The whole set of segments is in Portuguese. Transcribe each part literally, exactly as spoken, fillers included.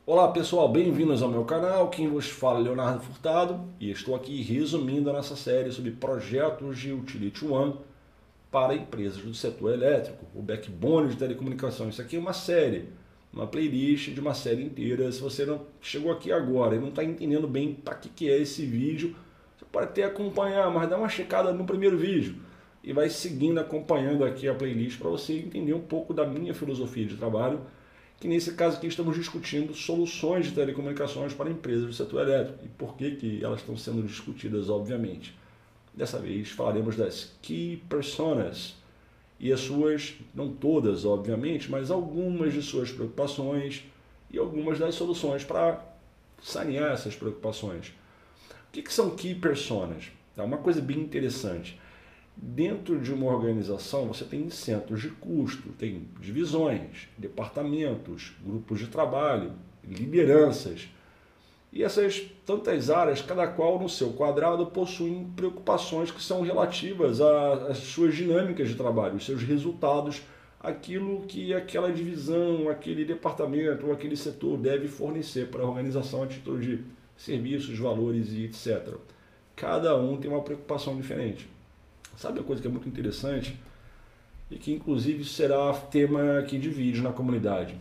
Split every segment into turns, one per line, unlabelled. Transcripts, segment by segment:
Olá pessoal, bem-vindos ao meu canal, quem vos fala é Leonardo Furtado e estou aqui resumindo a nossa série sobre projetos de Utility One para empresas do setor elétrico, o backbone de telecomunicação. Isso aqui é uma série, uma playlist de uma série inteira. Se você não chegou aqui agora e não está entendendo bem para que, que é esse vídeo, você pode até acompanhar, mas dá uma checada no primeiro vídeo e vai seguindo, acompanhando aqui a playlist para você entender um pouco da minha filosofia de trabalho, que nesse caso aqui estamos discutindo soluções de telecomunicações para empresas do setor elétrico e por que, que elas estão sendo discutidas, obviamente. Dessa vez falaremos das Key Personas e as suas, não todas, obviamente, mas algumas de suas preocupações e algumas das soluções para sanear essas preocupações. O que, que são Key Personas? É uma coisa bem interessante. Dentro de uma organização, você tem centros de custo, tem divisões, departamentos, grupos de trabalho, lideranças. E essas tantas áreas, cada qual no seu quadrado, possuem preocupações que são relativas às suas dinâmicas de trabalho, os seus resultados, aquilo que aquela divisão, aquele departamento ou aquele setor deve fornecer para a organização a título de serviços, valores e etcétera. Cada um tem uma preocupação diferente. Sabe uma coisa que é muito interessante e que inclusive será tema aqui de vídeo na comunidade?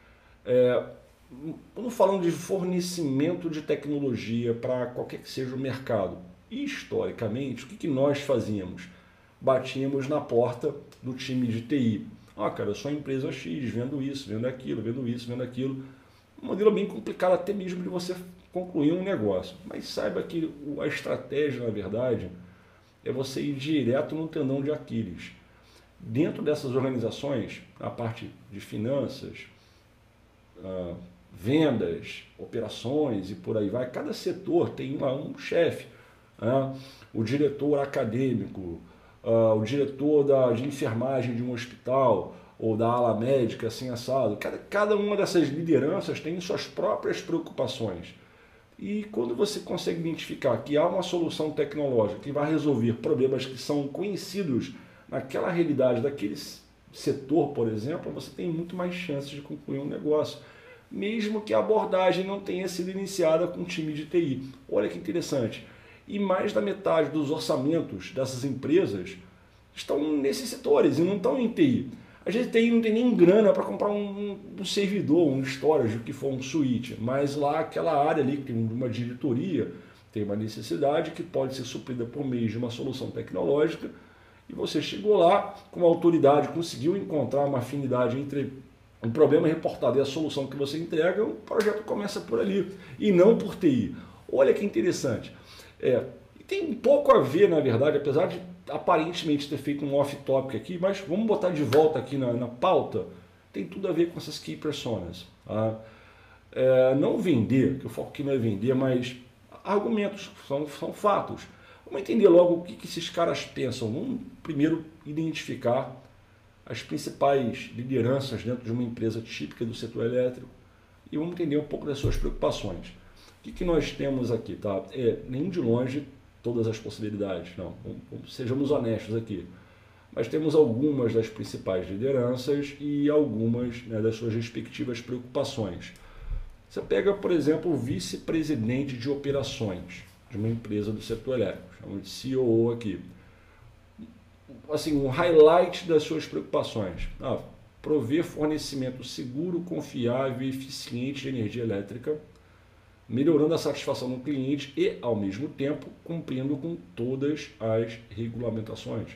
É, quando falando de fornecimento de tecnologia para qualquer que seja o mercado, historicamente, o que, que nós fazíamos? Batíamos na porta do time de T I. Ah, cara, eu sou a empresa X, vendo isso, vendo aquilo, vendo isso, vendo aquilo. Um modelo bem complicado até mesmo de você concluir um negócio. Mas saiba que a estratégia, na verdade, é você ir direto no tendão de Aquiles. Dentro dessas organizações, a parte de finanças, uh, vendas, operações e por aí vai, cada setor tem uma, um chefe. Uh, o diretor acadêmico, uh, o diretor da, de enfermagem de um hospital ou da ala médica, assim assado. Cada, cada uma dessas lideranças tem suas próprias preocupações. E quando você consegue identificar que há uma solução tecnológica que vai resolver problemas que são conhecidos naquela realidade daquele setor, por exemplo, você tem muito mais chances de concluir um negócio, mesmo que a abordagem não tenha sido iniciada com um time de T I. Olha que interessante. E mais da metade dos orçamentos dessas empresas estão nesses setores e não estão em T I. A gente tem, não tem nem grana para comprar um, um servidor, um storage, o que for um switch, mas lá aquela área ali que tem uma diretoria, tem uma necessidade que pode ser suprida por meio de uma solução tecnológica e você chegou lá com a autoridade, conseguiu encontrar uma afinidade entre o problema reportado e a solução que você entrega, o projeto começa por ali e não por T I. Olha que interessante. É, tem um pouco a ver, na verdade, apesar de aparentemente ter feito um off-topic aqui, mas vamos botar de volta aqui na, na pauta, tem tudo a ver com essas key personas. Tá? É, não vender, que o foco aqui não é vender, mas argumentos, são, são fatos. Vamos entender logo o que, que esses caras pensam. Vamos primeiro identificar as principais lideranças dentro de uma empresa típica do setor elétrico e vamos entender um pouco das suas preocupações. O que, que nós temos aqui? Tá? É, nem de longe todas as possibilidades, não, sejamos honestos aqui. Mas temos algumas das principais lideranças e algumas, né, das suas respectivas preocupações. Você pega, por exemplo, o vice-presidente de operações de uma empresa do setor elétrico, chamamos de C O O aqui. Assim, um highlight das suas preocupações. Ah, prover fornecimento seguro, confiável e eficiente de energia elétrica, melhorando a satisfação do cliente e, ao mesmo tempo, cumprindo com todas as regulamentações.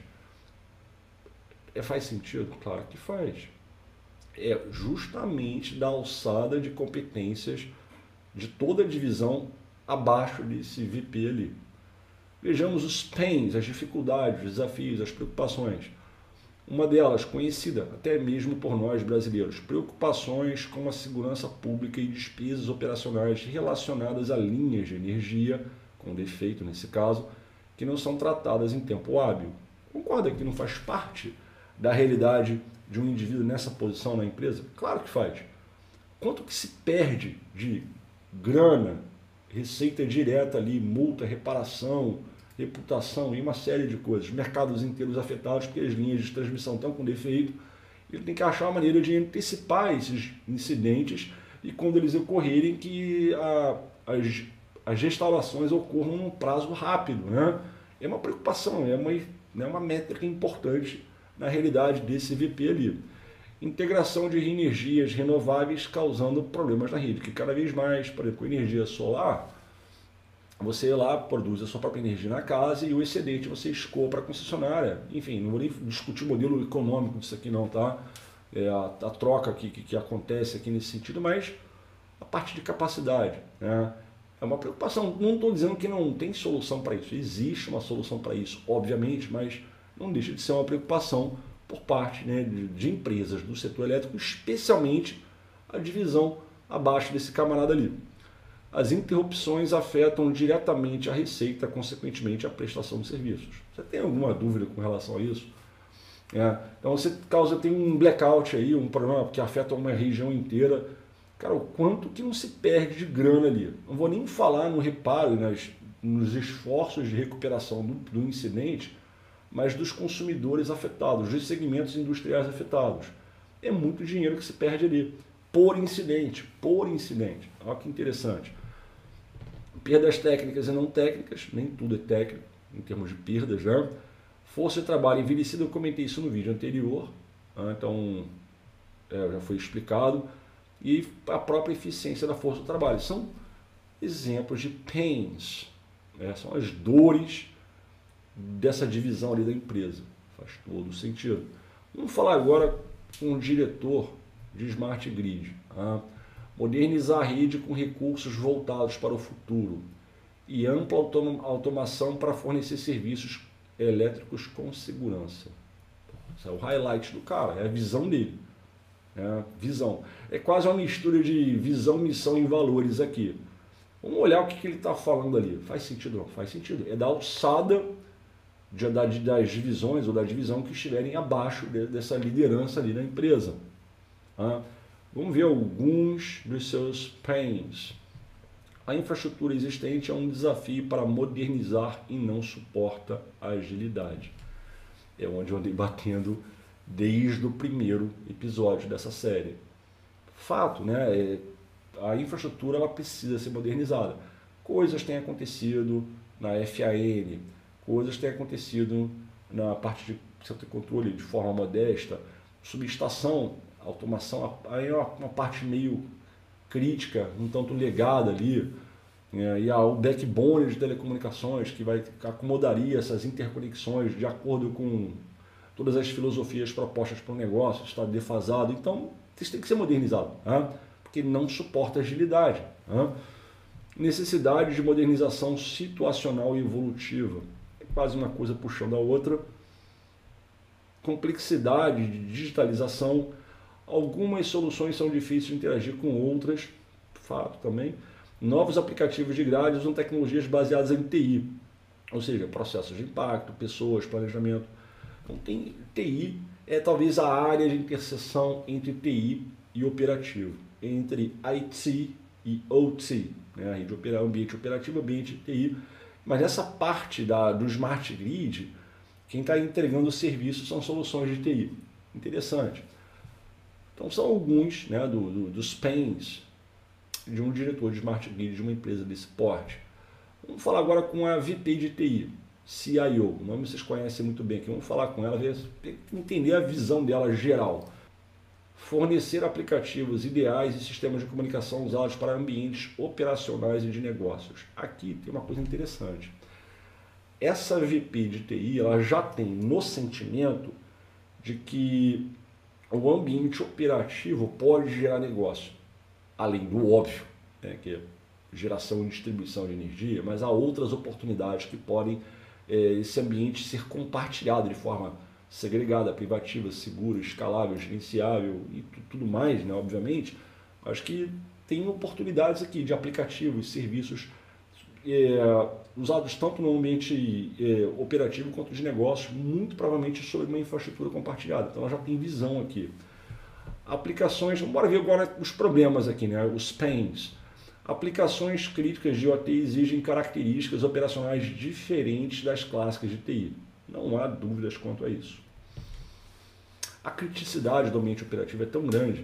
É, faz sentido? Claro que faz. É justamente da alçada de competências de toda a divisão abaixo desse V P ali. Vejamos os pains, as dificuldades, os desafios, as preocupações. Uma delas, conhecida até mesmo por nós brasileiros, preocupações com a segurança pública e despesas operacionais relacionadas a linhas de energia, com defeito nesse caso, que não são tratadas em tempo hábil. Concorda que não faz parte da realidade de um indivíduo nessa posição na empresa? Claro que faz. Quanto que se perde de grana, receita direta ali, multa, reparação, reputação e uma série de coisas, mercados inteiros afetados porque as linhas de transmissão estão com defeito, ele tem que achar uma maneira de antecipar esses incidentes e quando eles ocorrerem que a, as, as restaurações ocorram num prazo rápido, né? É uma preocupação, é uma, né, uma métrica importante na realidade desse V P ali. Integração de energias renováveis causando problemas na rede, que cada vez mais, por exemplo, com energia solar, você lá produz a sua própria energia na casa e o excedente você escoa para a concessionária. Enfim, não vou nem discutir o modelo econômico disso aqui não, tá? É a, a troca que, que, que acontece aqui nesse sentido, mas a parte de capacidade, né? É uma preocupação. Não estou dizendo que não tem solução para isso. Existe uma solução para isso, obviamente, mas não deixa de ser uma preocupação por parte, né, de, de empresas do setor elétrico, especialmente a divisão abaixo desse camarada ali. As interrupções afetam diretamente a receita, consequentemente a prestação de serviços. Você tem alguma dúvida com relação a isso? É, então você causa, tem um blackout aí, um problema que afeta uma região inteira. Cara, o quanto que não se perde de grana ali. Não vou nem falar no reparo, nas, nos esforços de recuperação do, do incidente, mas dos consumidores afetados, dos segmentos industriais afetados. É muito dinheiro que se perde ali, por incidente, por incidente. Olha que interessante. Perdas técnicas e não técnicas, nem tudo é técnico, em termos de perdas, né? Força de trabalho envelhecida, eu comentei isso no vídeo anterior, né? Então é, já foi explicado. E a própria eficiência da força de trabalho. São exemplos de pains, né? São as dores dessa divisão ali da empresa. Faz todo sentido. Vamos falar agora com o diretor de Smart Grid. Tá? Modernizar a rede com recursos voltados para o futuro e ampla automação para fornecer serviços elétricos com segurança. Esse é o highlight do cara, é a visão dele. É, visão. É quase uma mistura de visão, missão e valores aqui. Vamos olhar o que, que ele está falando ali. Faz sentido? Não, faz sentido. É da alçada de, da, das divisões ou da divisão que estiverem abaixo de, dessa liderança ali da empresa. Tá? Vamos ver alguns dos seus pains. A infraestrutura existente é um desafio para modernizar e não suporta a agilidade. É onde eu andei batendo desde o primeiro episódio dessa série. Fato, né? É, a infraestrutura ela precisa ser modernizada. Coisas têm acontecido na F A N, coisas têm acontecido na parte de centro de controle de forma modesta, subestação, automação, aí é uma, uma parte meio crítica, um tanto legada ali, é, e o backbone de telecomunicações que vai acomodaria essas interconexões de acordo com todas as filosofias propostas para o negócio, está defasado, então isso tem que ser modernizado, tá? Porque não suporta agilidade. Tá? Necessidade de modernização situacional e evolutiva, é quase uma coisa puxando a outra. Complexidade de digitalização, algumas soluções são difíceis de interagir com outras, fato também. Novos aplicativos de grade usam tecnologias baseadas em T I, ou seja, processos de impacto, pessoas, planejamento. Então tem T I, é talvez a área de interseção entre T I e operativo, entre I T e O T, né? A rede opera, ambiente operativo, ambiente T I. Mas essa parte da, do Smart Grid, quem está entregando o serviço são soluções de T I. Interessante. Então são alguns, né, do, do, dos pains de um diretor de Smart Grid de uma empresa desse porte. Vamos falar agora com a V P de T I, C I O. O nome vocês conhecem muito bem aqui. Vamos falar com ela, ver, entender a visão dela geral. Fornecer aplicativos ideais e sistemas de comunicação usados para ambientes operacionais e de negócios. Aqui tem uma coisa interessante. Essa V P de T I ela já tem no sentimento de que o ambiente operativo pode gerar negócio, além do óbvio, né, que é geração e distribuição de energia, mas há outras oportunidades que podem é, esse ambiente ser compartilhado de forma segregada, privativa, segura, escalável, gerenciável e tudo mais, né, obviamente. Acho que tem oportunidades aqui de aplicativos, serviços é, usados tanto no ambiente é, operativo quanto de negócios, muito provavelmente sobre uma infraestrutura compartilhada. Então ela já tem visão aqui. Aplicações, vamos ver agora os problemas aqui, né? Os pains. Aplicações críticas de O T exigem características operacionais diferentes das clássicas de T I. Não há dúvidas quanto a isso. A criticidade do ambiente operativo é tão grande.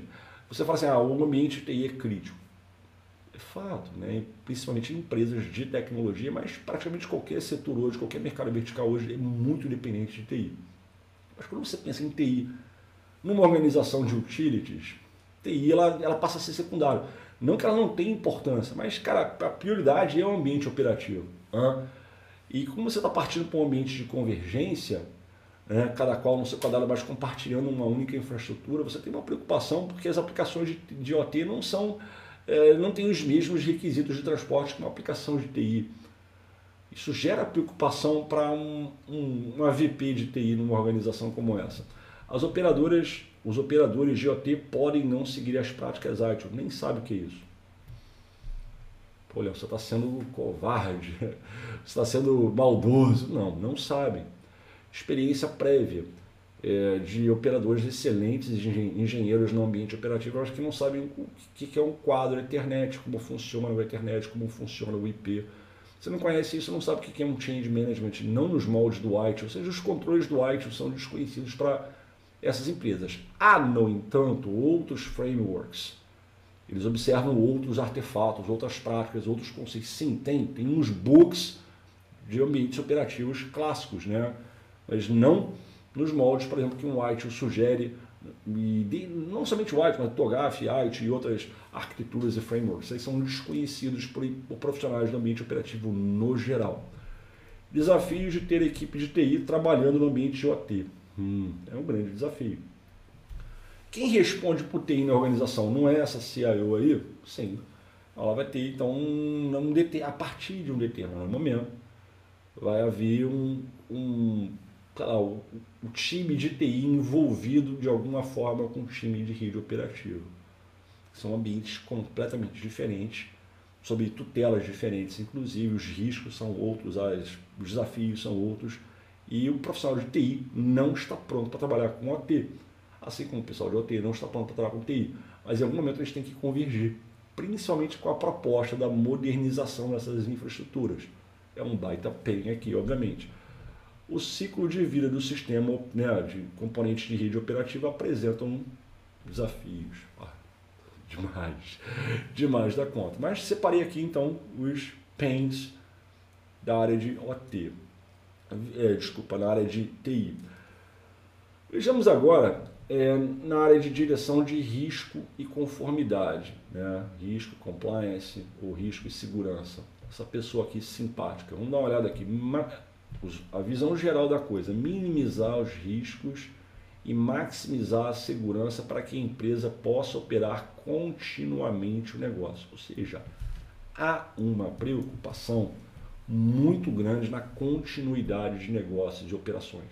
Você fala assim, ah, o ambiente de T I é crítico. É fato, né? Principalmente em empresas de tecnologia, mas praticamente qualquer setor hoje, qualquer mercado vertical hoje é muito dependente de T I. Mas quando você pensa em T I numa organização de utilities, T I ela, ela passa a ser secundária. Não que ela não tenha importância, mas cara, a prioridade é o ambiente operativo. Hein? E como você está partindo para um ambiente de convergência, né, cada qual no seu quadrado, mas compartilhando uma única infraestrutura, você tem uma preocupação porque as aplicações de, de O T não são, é, não têm os mesmos requisitos de transporte que uma aplicação de T I. Isso gera preocupação para um, um, uma V P de T I numa organização como essa. As operadoras, os operadores de O T podem não seguir as práticas ágeis, nem sabe o que é isso. Pô, Léo, você está sendo covarde, você está sendo maldoso. Não, não sabem. Experiência prévia é, de operadores excelentes e de engenheiros no ambiente operativo, eu acho que não sabem o que é um quadro Ethernet, como funciona o Ethernet, como funciona o I P. Você não conhece isso, não sabe o que é um change management, não nos moldes do I T I L, ou seja, os controles do I T I L são desconhecidos para essas empresas. Há, no entanto, outros frameworks. Eles observam outros artefatos, outras práticas, outros conceitos. Sim, tem, tem uns books de ambientes operativos clássicos, né? Mas não nos moldes, por exemplo, que um I T I L sugere, e de, não somente o I T I L, mas TOGAF, I T I L e outras arquiteturas e frameworks. Eles são desconhecidos por, por profissionais do ambiente operativo no geral. Desafios de ter equipe de T I trabalhando no ambiente de O T. Hum, é um grande desafio. Quem responde por T I na organização não é essa C I O aí? Sim. Ela vai ter, então, um, um, a partir de um determinado momento, vai haver um, um sei lá, o, o time de T I envolvido de alguma forma com o time de rede operativa. São ambientes completamente diferentes, sob tutelas diferentes, inclusive os riscos são outros, as, os desafios são outros, e o profissional de T I não está pronto para trabalhar com O T, assim como o pessoal de O T não está pronto para trabalhar com T I, mas em algum momento eles têm que convergir, principalmente com a proposta da modernização dessas infraestruturas. É um baita penha aqui, obviamente. O ciclo de vida do sistema, né, de componentes de rede operativa apresentam desafios. Ah, demais, demais da conta. Mas separei aqui então os pains da área de O T. É, desculpa, na área de T I. Vejamos agora é, na área de direção de risco e conformidade, né? Risco, compliance, ou risco e segurança. Essa pessoa aqui simpática. Vamos dar uma olhada aqui. A visão geral da coisa, minimizar os riscos e maximizar a segurança para que a empresa possa operar continuamente o negócio. Ou seja, há uma preocupação muito grande na continuidade de negócios, de operações.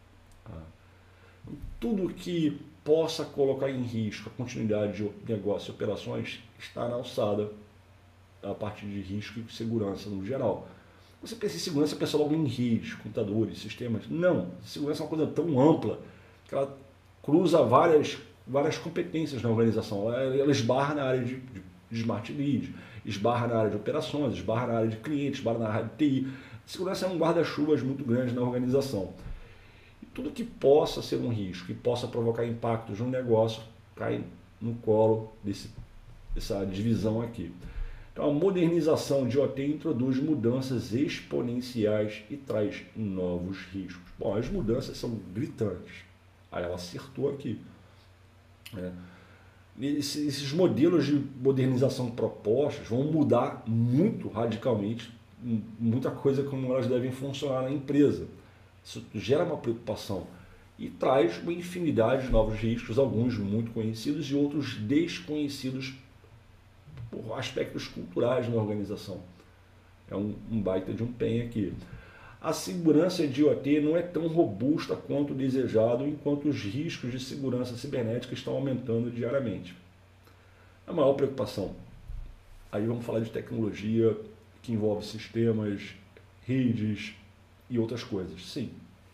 Tudo que possa colocar em risco a continuidade de negócios e operações está na alçada a partir de risco e segurança no geral. Você pensa em segurança, pensa logo em redes, computadores, sistemas. Não, segurança é uma coisa tão ampla que ela cruza várias, várias competências na organização. Ela, ela esbarra na área de, de, de smart grid, esbarra na área de operações, esbarra na área de clientes, esbarra na área de T I. Segurança é um guarda-chuvas muito grande na organização. E tudo que possa ser um risco, que possa provocar impactos no negócio, cai no colo desse, dessa divisão aqui. Então, a modernização de O T introduz mudanças exponenciais e traz novos riscos. Bom, as mudanças são gritantes. Aí ela acertou aqui. É. Esses modelos de modernização propostos vão mudar muito radicalmente, muita coisa como elas devem funcionar na empresa. Isso gera uma preocupação e traz uma infinidade de novos riscos, alguns muito conhecidos e outros desconhecidos por aspectos culturais na organização. É um, um baita de um penha aqui. A segurança de O T não é tão robusta quanto desejado, enquanto os riscos de segurança cibernética estão aumentando diariamente. A maior preocupação. Aí vamos falar de tecnologia que envolve sistemas, redes e outras coisas. Sim.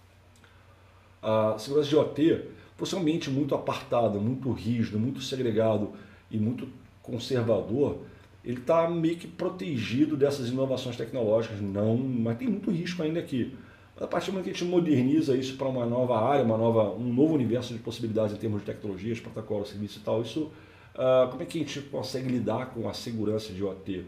A segurança de O T, por ser um ambiente muito apartado, muito rígido, muito segregado e muito conservador, ele está meio que protegido dessas inovações tecnológicas, não, mas tem muito risco ainda aqui. Mas a partir do momento que a gente moderniza isso para uma nova área, uma nova, um novo universo de possibilidades em termos de tecnologias, protocolos, serviços e tal, isso Uh, como é que a gente consegue lidar com a segurança de O T?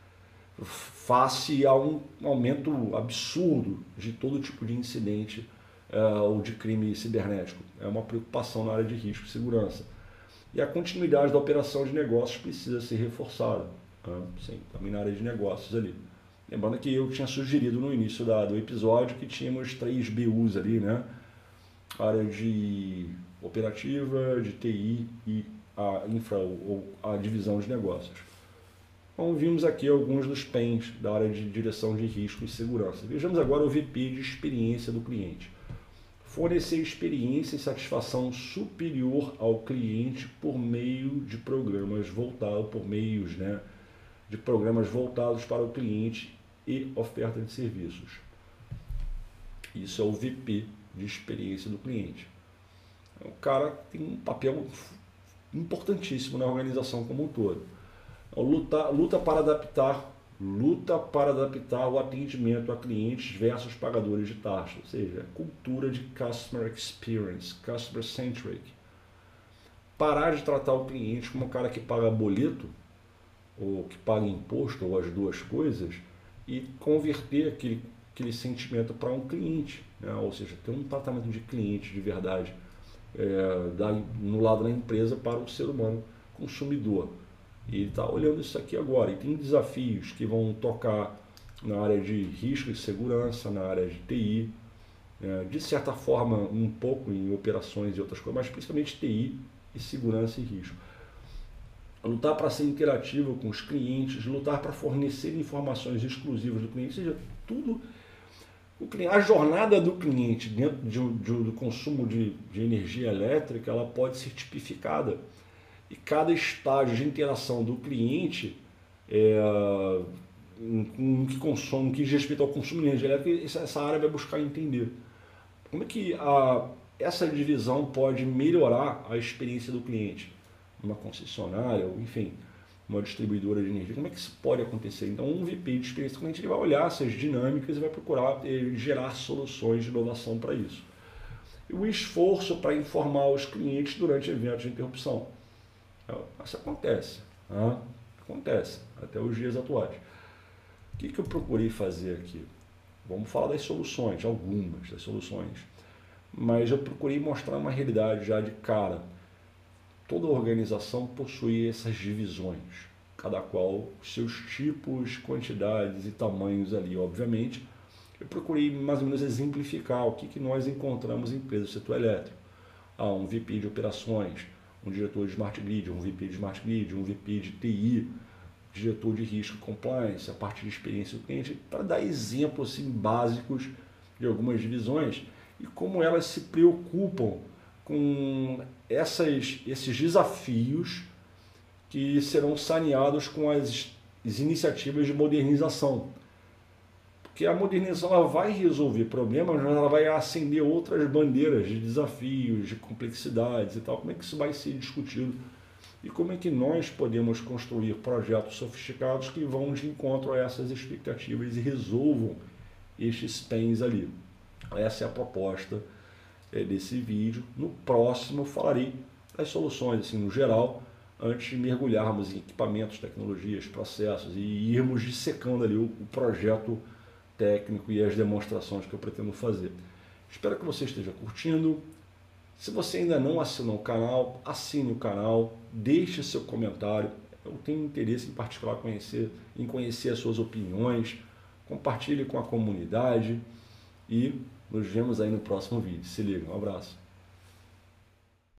Face a um aumento absurdo de todo tipo de incidente uh, ou de crime cibernético. É uma preocupação na área de risco e segurança. E a continuidade da operação de negócios precisa ser reforçada, né? Sim, também na área de negócios ali. Lembrando que eu tinha sugerido no início da, do episódio que tínhamos três B Us ali, né? A área de operativa, de T I e a infra ou a divisão de negócios. Então vimos aqui alguns dos P E Ns da área de direção de risco e segurança. Vejamos agora o V P de experiência do cliente. Fornecer experiência e satisfação superior ao cliente por meio de programas voltados, por meios, né, de programas voltados para o cliente e oferta de serviços. Isso é o V P de experiência do cliente. O cara tem um papel importantíssimo na organização como um todo. Então, luta, luta para adaptar, luta para adaptar o atendimento a clientes versus pagadores de taxa, ou seja, cultura de customer experience, customer centric. Parar de tratar o cliente como um cara que paga boleto ou que paga imposto ou as duas coisas e converter aquele, aquele sentimento para um cliente, né? Ou seja, ter um tratamento de cliente de verdade. É, da, no lado da empresa para o ser humano consumidor. E ele está olhando isso aqui agora. E tem desafios que vão tocar na área de risco e segurança, na área de T I, é, de certa forma um pouco em operações e outras coisas, mas principalmente T I e segurança e risco. Lutar para ser interativo com os clientes, lutar para fornecer informações exclusivas do cliente, ou seja, tudo... A jornada do cliente dentro de, de, do consumo de, de energia elétrica, ela pode ser tipificada. E cada estágio de interação do cliente, é, em, que consome, em que diz respeito ao consumo de energia elétrica, essa, essa área vai buscar entender. Como é que a, essa divisão pode melhorar a experiência do cliente? Uma concessionária, ou enfim, uma distribuidora de energia, como é que isso pode acontecer? Então, um V P de experiência do cliente ele vai olhar essas dinâmicas e vai procurar eh, gerar soluções de inovação para isso. E o esforço para informar os clientes durante eventos de interrupção. Isso acontece, né? Acontece, até os dias atuais. O que, que eu procurei fazer aqui? Vamos falar das soluções, algumas das soluções. Mas eu procurei mostrar uma realidade já de cara. Toda organização possui essas divisões, cada qual os seus tipos, quantidades e tamanhos ali, obviamente. Eu procurei mais ou menos exemplificar o que, que nós encontramos em empresas do setor elétrico. Ah, um V P de operações, um diretor de Smart Grid, um V P de Smart Grid, um V P de T I, diretor de risco e compliance, a parte de experiência do cliente, para dar exemplos assim, básicos de algumas divisões e como elas se preocupam com essas, esses desafios que serão saneados com as, as iniciativas de modernização. Porque a modernização ela vai resolver problemas, mas ela vai acender outras bandeiras de desafios, de complexidades e tal. Como é que isso vai ser discutido? E como é que nós podemos construir projetos sofisticados que vão de encontro a essas expectativas e resolvam estes pains ali. Essa é a proposta desse vídeo. No próximo eu falarei das soluções, assim, no geral, antes de mergulharmos em equipamentos, tecnologias, processos e irmos dissecando ali o, o projeto técnico e as demonstrações que eu pretendo fazer. Espero que você esteja curtindo. Se você ainda não assinou o canal, assine o canal, deixe seu comentário. Eu tenho interesse em particular conhecer, em conhecer as suas opiniões. Compartilhe com a comunidade e nos vemos aí no próximo vídeo. Se liga, um abraço.